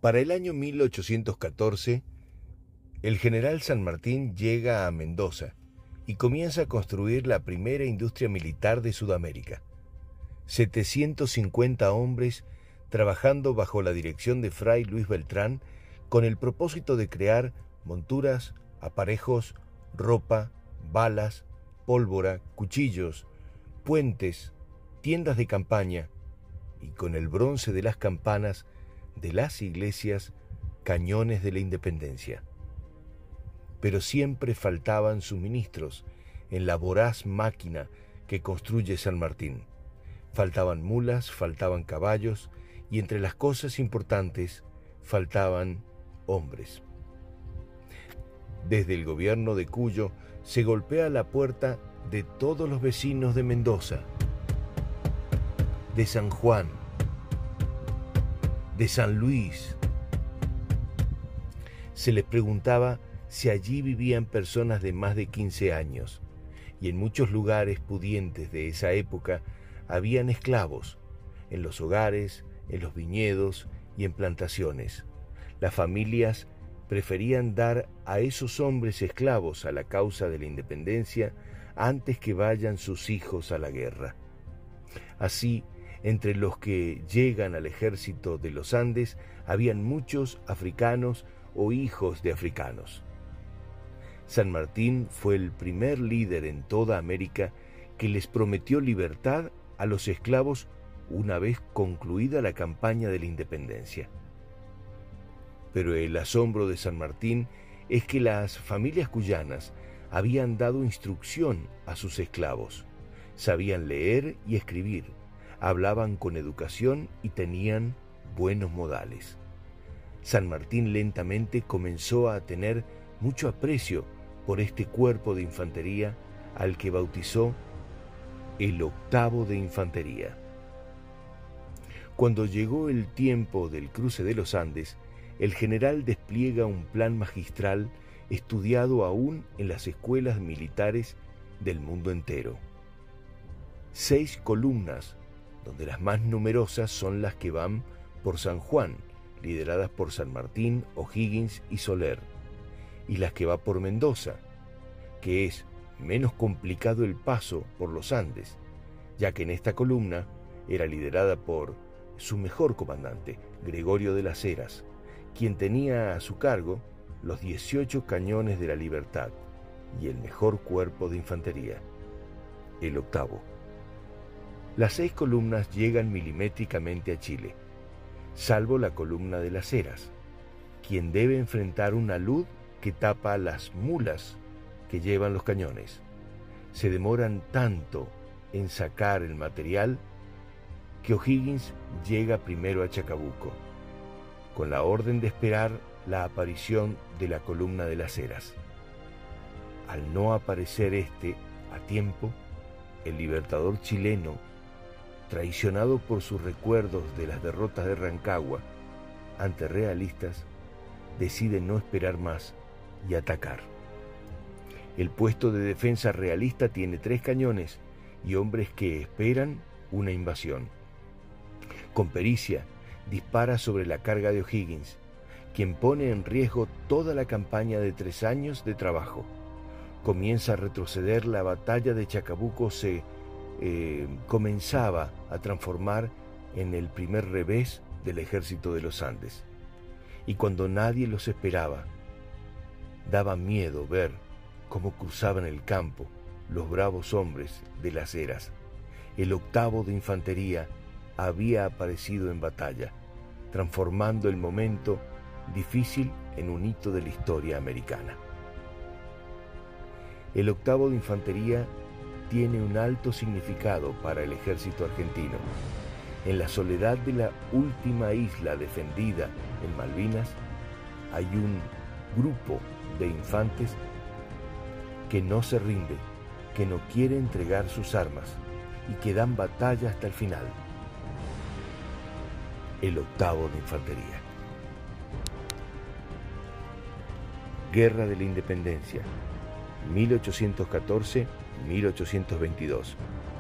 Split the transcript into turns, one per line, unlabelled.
Para el año 1814, el general San Martín llega a Mendoza y comienza a construir la primera industria militar de Sudamérica. 750 hombres trabajando bajo la dirección de Fray Luis Beltrán con el propósito de crear monturas, aparejos, ropa, balas, pólvora, cuchillos, puentes, tiendas de campaña y con el bronce de las campanas de las iglesias, cañones de la independencia. Pero siempre faltaban suministros en la voraz máquina que construye San Martín. Faltaban mulas, faltaban caballos y entre las cosas importantes faltaban hombres. Desde el gobierno de Cuyo se golpea la puerta de todos los vecinos de Mendoza, de San Juan, de San Luis. Se les preguntaba si allí vivían personas de más de 15 años, y en muchos lugares pudientes de esa época habían esclavos, en los hogares, en los viñedos y en plantaciones. Las familias preferían dar a esos hombres esclavos a la causa de la independencia antes que vayan sus hijos a la guerra. Así, entre los que llegan al ejército de los Andes, habían muchos africanos o hijos de africanos. San Martín fue el primer líder en toda América que les prometió libertad a los esclavos una vez concluida la campaña de la independencia. Pero el asombro de San Martín es que las familias cuyanas habían dado instrucción a sus esclavos. Sabían leer y escribir, hablaban con educación y tenían buenos modales. San Martín lentamente comenzó a tener mucho aprecio por este cuerpo de infantería al que bautizó el octavo de infantería. Cuando llegó el tiempo del cruce de los Andes, el general despliega un plan magistral estudiado aún en las escuelas militares del mundo entero. 6 columnas, donde las más numerosas son las que van por San Juan, lideradas por San Martín, O'Higgins y Soler, y las que va por Mendoza, que es menos complicado el paso por los Andes, ya que en esta columna era liderada por su mejor comandante, Gregorio de las Heras, quien tenía a su cargo los 18 cañones de la Libertad y el mejor cuerpo de infantería, el octavo. Las 6 columnas llegan milimétricamente a Chile, salvo la columna de las Heras, quien debe enfrentar una luz que tapa las mulas que llevan los cañones. Se demoran tanto en sacar el material que O'Higgins llega primero a Chacabuco, con la orden de esperar la aparición de la columna de las Heras. Al no aparecer a tiempo, el libertador chileno, traicionado por sus recuerdos de las derrotas de Rancagua ante realistas, decide no esperar más y atacar. El puesto de defensa realista tiene 3 cañones y hombres que esperan una invasión. Con pericia, dispara sobre la carga de O'Higgins, quien pone en riesgo toda la campaña de 3 años de trabajo. Comienza a retroceder, la batalla de Chacabuco se comenzaba a transformar en el primer revés del ejército de los Andes. Y cuando nadie los esperaba, daba miedo ver cómo cruzaban el campo los bravos hombres de las Heras. El octavo de infantería había aparecido en batalla, transformando el momento difícil en un hito de la historia americana. El octavo de infantería tiene un alto significado para el ejército argentino. En la soledad de la última isla defendida en Malvinas, hay un grupo de infantes que no se rinde, que no quiere entregar sus armas y que dan batalla hasta el final. El octavo de infantería. Guerra de la Independencia, 1814-1822.